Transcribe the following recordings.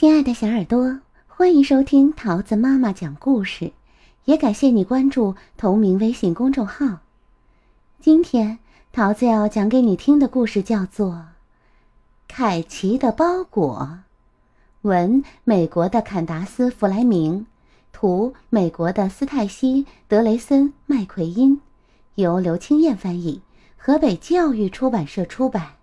亲爱的小耳朵，欢迎收听桃子妈妈讲故事，也感谢你关注同名微信公众号。今天桃子要讲给你听的故事叫做《凯奇的包裹》，文美国的坎达斯·弗莱明，图美国的斯泰西·德雷森·麦奎因，由刘清燕翻译，河北教育出版社出版。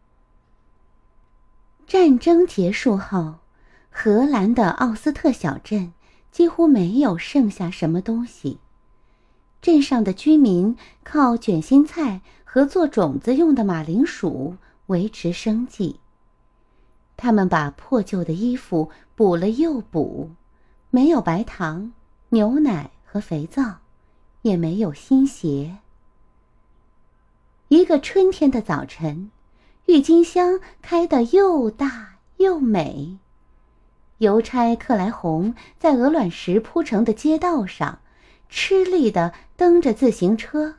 战争结束后，荷兰的奥斯特小镇几乎没有剩下什么东西。镇上的居民靠卷心菜和做种子用的马铃薯维持生计。他们把破旧的衣服补了又补，没有白糖、牛奶和肥皂，也没有新鞋。一个春天的早晨，郁金香开得又大又美。邮差克莱红在鹅卵石铺成的街道上吃力地蹬着自行车。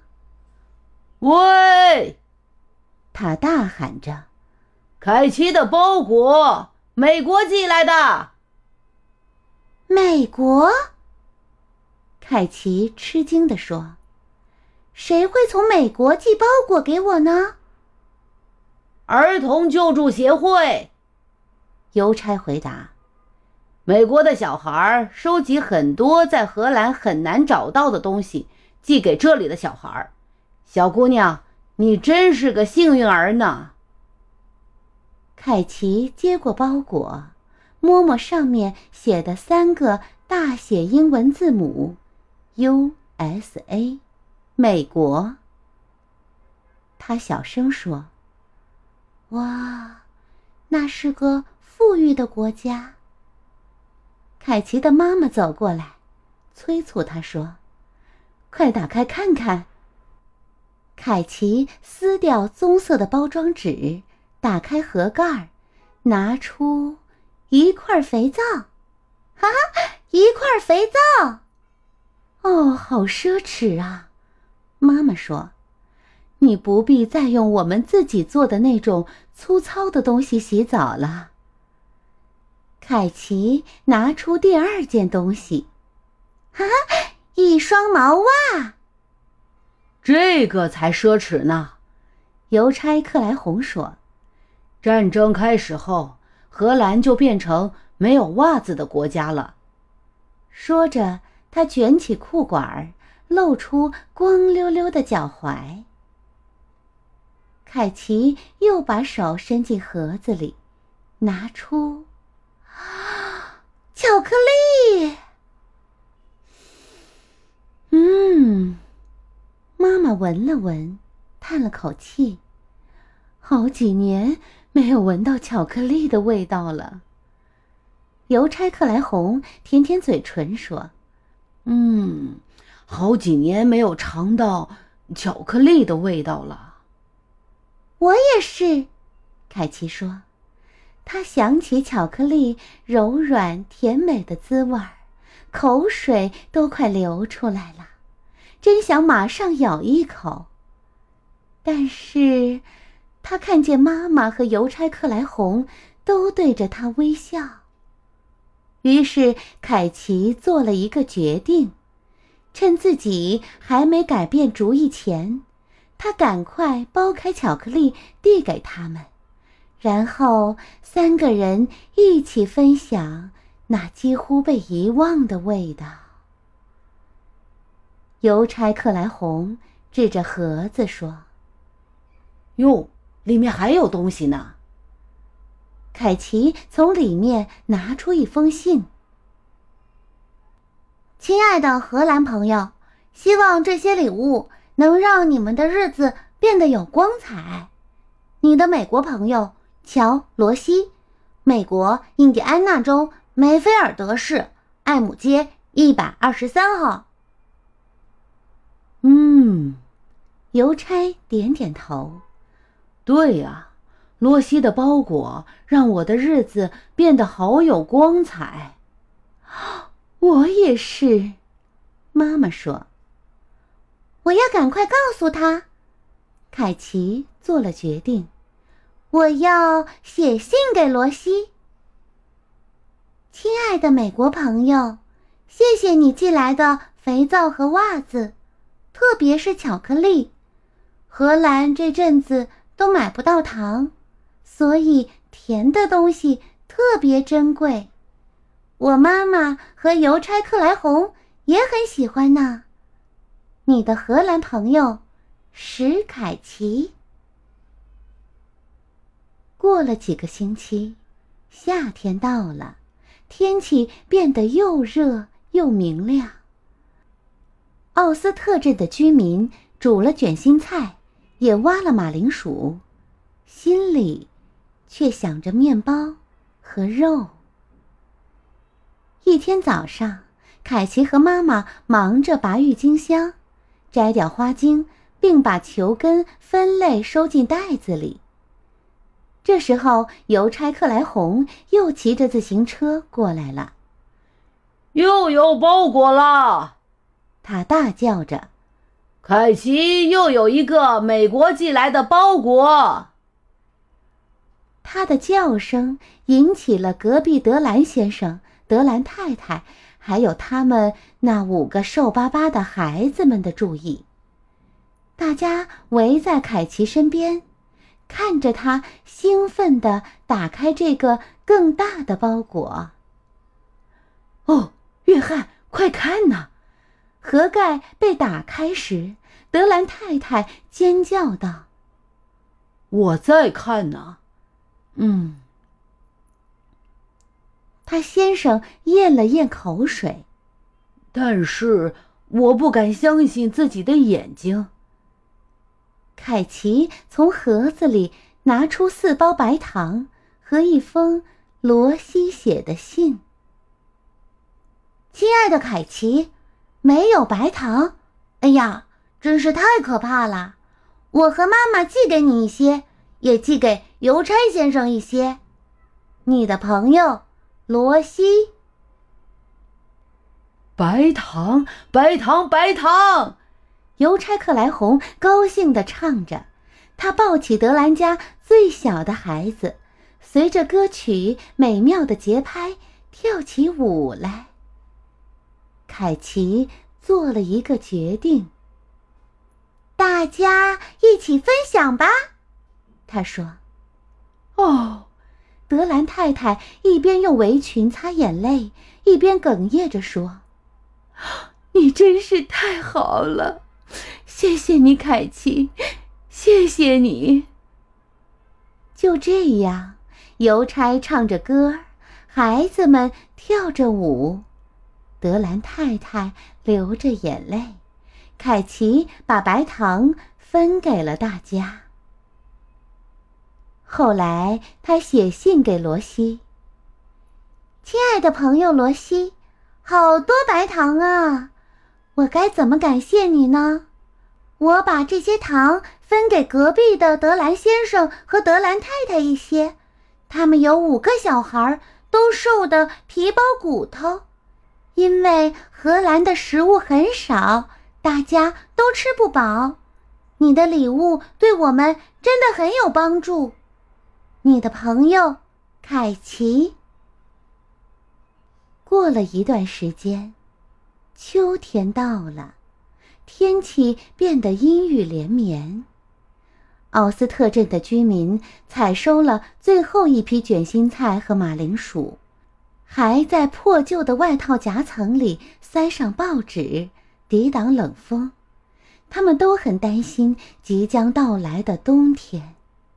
喂！ 他大喊着， 凯奇的包裹，美国寄来的。 美国？凯奇吃惊地说，谁会从美国寄包裹给我呢？ 儿童救助协会。 邮差回答， 美国的小孩收集很多在荷兰很难找到的东西，寄给这里的小孩。小姑娘，你真是个幸运儿呢。 凯奇接过包裹，摸摸上面写的3个大写英文字母 USA， 美国。他小声说，哇，那是个富裕的国家。凯奇的妈妈走过来，催促他说，快打开看看。凯奇撕掉棕色的包装纸，打开盒盖，拿出一块肥皂。哈哈，一块肥皂！哦，好奢侈啊！妈妈说，你不必再用我们自己做的那种粗糙的东西洗澡了。凯奇拿出第2件东西，哈哈，一双毛袜。 这个才奢侈呢， 邮差克莱红说。 战争开始后，荷兰就变成没有袜子的国家了。 说着，他卷起裤管，露出光溜溜的脚踝。凯奇又把手伸进盒子里，拿出巧克力。妈妈闻了闻，叹了口气，好几年没有闻到巧克力的味道了。邮差克莱红舔舔嘴唇说， 好几年没有尝到巧克力的味道了。 我也是，凯奇说。他想起巧克力柔软甜美的滋味，口水都快流出来了，真想马上咬一口。但是他看见妈妈和邮差克莱红都对着他微笑。于是凯奇做了一个决定，趁自己还没改变主意前，他赶快剥开巧克力递给他们，然后3个人一起分享那几乎被遗忘的味道。邮差克莱红指着盒子说， 哟，里面还有东西呢。 凯奇从里面拿出一封信。亲爱的荷兰朋友，希望这些礼物能让你们的日子变得有光彩。你的美国朋友乔·罗西，美国印第安纳州梅菲尔德市艾姆街123号。邮差点点头。 对呀，罗西的包裹让我的日子变得好有光彩。 我也是，妈妈说。我要赶快告诉他。凯奇做了决定，我要写信给罗西。 亲爱的美国朋友，谢谢你寄来的肥皂和袜子，特别是巧克力。荷兰这阵子都买不到糖，所以甜的东西特别珍贵。我妈妈和邮差克莱红也很喜欢呢。你的荷兰朋友，史凯奇。过了几个星期，夏天到了，天气变得又热又明亮。奥斯特镇的居民煮了卷心菜，也挖了马铃薯，心里却想着面包和肉。一天早上，凯奇和妈妈忙着拔郁金香，摘掉花茎，并把球根分类收进袋子里。这时候，邮差克莱红又骑着自行车过来了。 又有包裹了！ 他大叫着。 凯奇又有一个美国寄来的包裹。 他的叫声引起了隔壁德兰先生、德兰太太，还有他们那5个瘦巴巴的孩子们的注意。大家围在凯奇身边，看着他兴奋地打开这个更大的包裹。 哦，约翰，快看呐！ 盒盖被打开时，德兰太太尖叫道：“ 我在看呢。” 他先生咽了咽口水。 但是我不敢相信自己的眼睛。 凯奇从盒子里拿出4包白糖和一封罗西写的信。亲爱的凯奇，没有白糖？哎呀，真是太可怕了！我和妈妈寄给你一些，也寄给邮差先生一些。你的朋友罗西。 白糖，白糖，白糖！ 邮差克莱红高兴地唱着，他抱起德兰家最小的孩子，随着歌曲美妙的节拍跳起舞来。凯奇做了一个决定：大家一起分享吧，他说。 哦， 德兰太太一边用围裙擦眼泪，一边哽咽着说：你真是太好了，谢谢你，凯奇，谢谢你。就这样，邮差唱着歌，孩子们跳着舞，德兰太太流着眼泪，凯奇把白糖分给了大家。后来他写信给罗西：亲爱的朋友罗西，好多白糖啊，我该怎么感谢你呢？我把这些糖分给隔壁的德兰先生和德兰太太一些，他们有5个小孩，都瘦得皮包骨头。因为荷兰的食物很少，大家都吃不饱。你的礼物对我们真的很有帮助。你的朋友凯奇。过了一段时间，秋天到了，天气变得阴雨连绵。奥斯特镇的居民采收了最后一批卷心菜和马铃薯，还在破旧的外套夹层里塞上报纸，抵挡冷风。他们都很担心即将到来的冬天。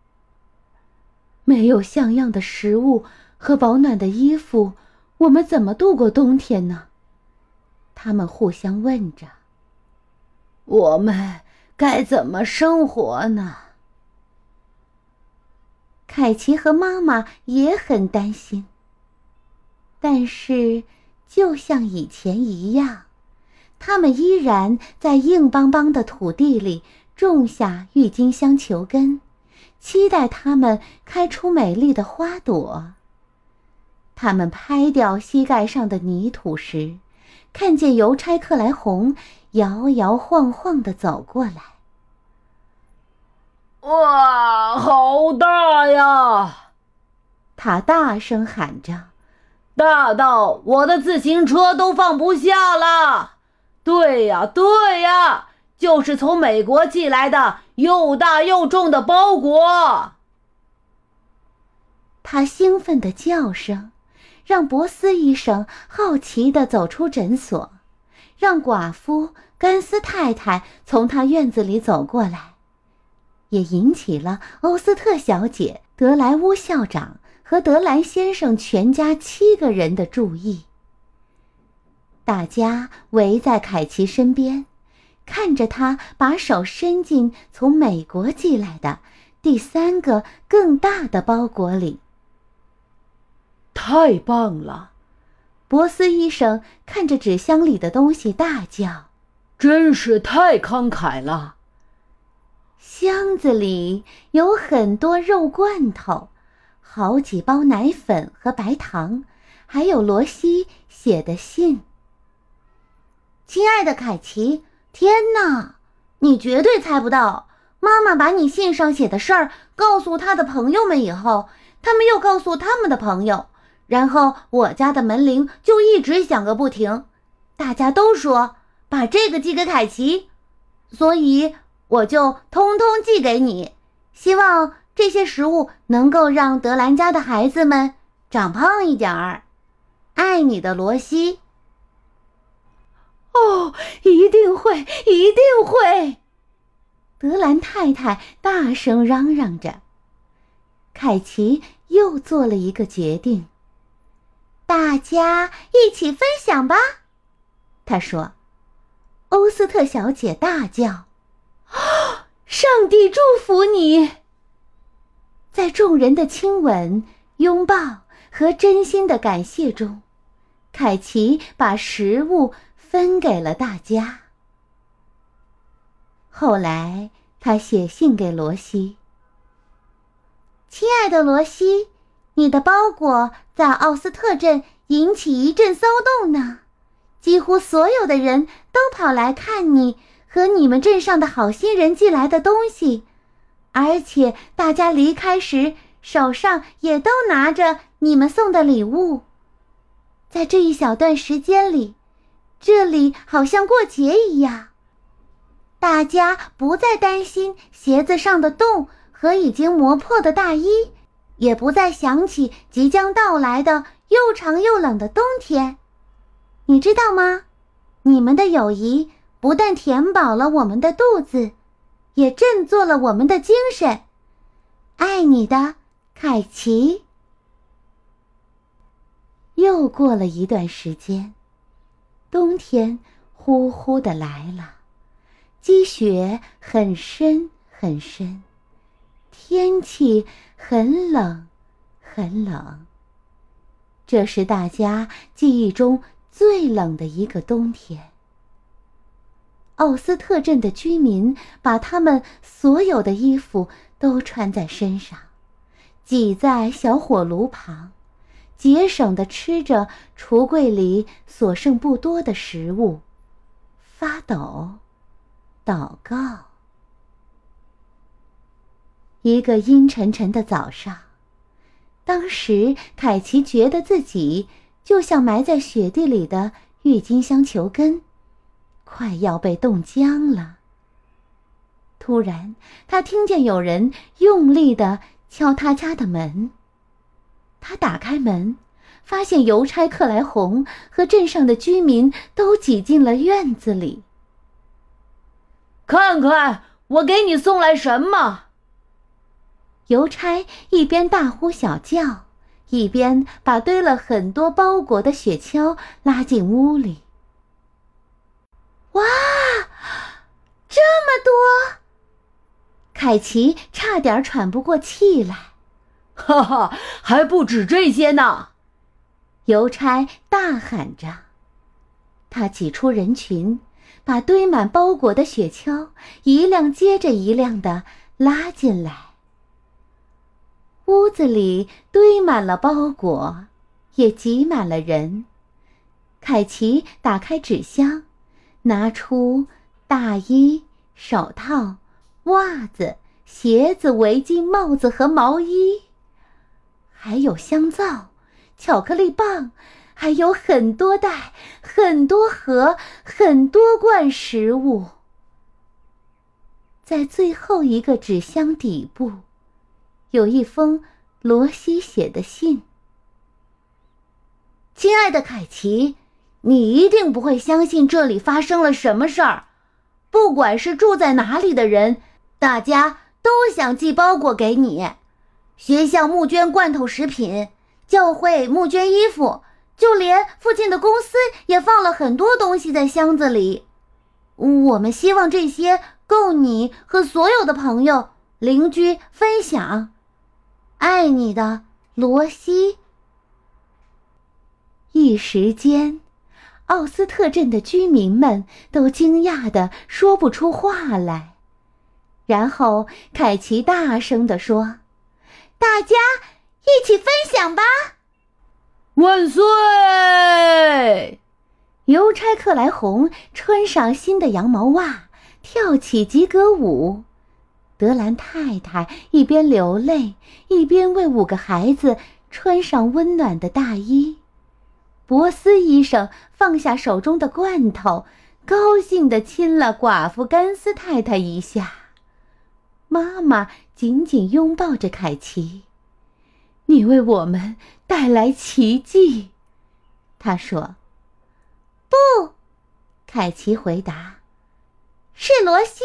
没有像样的食物和保暖的衣服，我们怎么度过冬天呢？他们互相问着。 我们该怎么生活呢？ 凯奇和妈妈也很担心。但是，就像以前一样，他们依然在硬邦邦的土地里种下郁金香球根，期待它们开出美丽的花朵。他们拍掉膝盖上的泥土时，看见邮差克莱红摇摇晃晃地走过来。 哇，好大呀！ 他大声喊着， 大到我的自行车都放不下了。对呀，对呀，就是从美国寄来的又大又重的包裹。 他兴奋的叫声让博斯医生好奇地走出诊所，让寡妇甘斯太太从他院子里走过来，也引起了欧斯特小姐、德莱乌校长和德兰先生全家7个人的注意。大家围在凯奇身边，看着他把手伸进从美国寄来的第3个更大的包裹里。 太棒了！ 博斯医生看着纸箱里的东西大叫， 真是太慷慨了。 箱子里有很多肉罐头，好几包奶粉和白糖，还有罗西写的信。亲爱的凯奇，天哪，你绝对猜不到，妈妈把你信上写的事儿告诉她的朋友们以后，他们又告诉他们的朋友，然后我家的门铃就一直响个不停，大家都说把这个寄给凯奇，所以我就通通寄给你，希望这些食物能够让德兰家的孩子们长胖一点儿。爱你的罗西。 哦，一定会，一定会！ 德兰太太大声嚷嚷着。凯奇又做了一个决定，大家一起分享吧，他说。欧斯特小姐大叫，上帝祝福你！在众人的亲吻、拥抱和真心的感谢中，凯奇把食物分给了大家。后来他写信给罗西，亲爱的罗西，你的包裹在奥斯特镇引起一阵骚动呢，几乎所有的人都跑来看你和你们镇上的好心人寄来的东西，而且大家离开时手上也都拿着你们送的礼物。在这一小段时间里，这里好像过节一样，大家不再担心鞋子上的洞和已经磨破的大衣，也不再想起即将到来的又长又冷的冬天。你知道吗？你们的友谊不但填饱了我们的肚子，也振作了我们的精神。爱你的，凯奇。又过了一段时间，冬天呼呼地来了，积雪很深很深，天气很冷很冷。这是大家记忆中最冷的一个冬天。奥斯特镇的居民把他们所有的衣服都穿在身上，挤在小火炉旁，节省地吃着橱柜里所剩不多的食物，发抖，祷告。一个阴沉沉的早上，当时凯奇觉得自己就像埋在雪地里的郁金香球根，快要被冻僵了。突然，他听见有人用力地敲他家的门。他打开门，发现邮差克莱红和镇上的居民都挤进了院子里。 看看我给你送来什么！ 邮差一边大呼小叫，一边把堆了很多包裹的雪橇拉进屋里。哇，这么多！凯奇差点喘不过气来。 哈哈，还不止这些呢！ 邮差大喊着。他挤出人群，把堆满包裹的雪橇一辆接着一辆地拉进来。屋子里堆满了包裹，也挤满了人。凯奇打开纸箱，拿出大衣、手套、袜子、鞋子、围巾、帽子和毛衣，还有香皂、 巧克力棒，还有很多袋、很多盒、很多罐食物。在最后一个纸箱底部，有一封罗西写的信。 亲爱的凯奇，你一定不会相信这里发生了什么事儿。不管是住在哪里的人，大家都想寄包裹给你。学校募捐罐头食品，教会募捐衣服，就连附近的公司也放了很多东西在箱子里。我们希望这些够你和所有的朋友、邻居分享。爱你的，罗西。 一时间，奥斯特镇的居民们都惊讶地说不出话来。然后凯奇大声地说：“ 大家一起分享吧！” 万岁！ 邮差克莱红穿上新的羊毛袜，跳起吉格舞。德兰太太一边流泪，一边为5个孩子穿上温暖的大衣。博斯医生放下手中的罐头，高兴地亲了寡妇甘斯太太一下。妈妈紧紧拥抱着凯奇。“你为我们带来奇迹。”她说。 “不。” 凯奇回答，“ 是罗西。”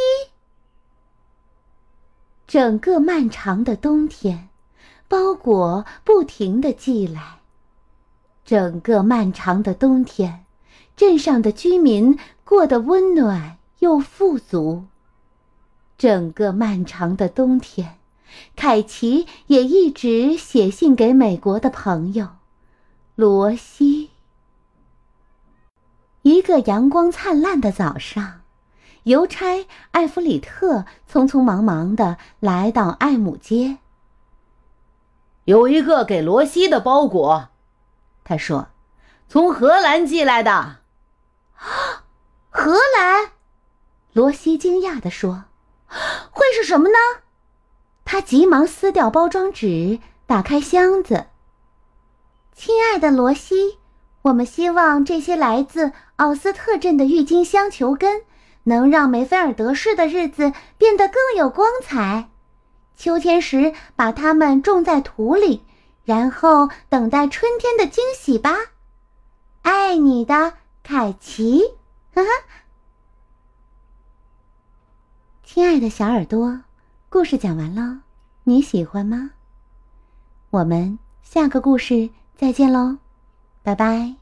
整个漫长的冬天，包裹不停地寄来。整个漫长的冬天，镇上的居民过得温暖又富足。整个漫长的冬天，凯奇也一直写信给美国的朋友罗西。一个阳光灿烂的早上，邮差艾弗里特匆匆忙忙地来到艾姆街。 “有一个给罗西的包裹。”他说，“从荷兰寄来的。”“ 荷兰？” 罗西惊讶地说，“ 会是什么呢？” 他急忙撕掉包装纸，打开箱子。 “亲爱的罗西，我们希望这些来自奥斯特镇的郁金香球根能让梅菲尔德市的日子变得更有光彩。秋天时把它们种在土里，然后等待春天的惊喜吧。爱你的，凯奇。”呵呵。 亲爱的小耳朵，故事讲完了，你喜欢吗？我们下个故事再见喽，拜拜。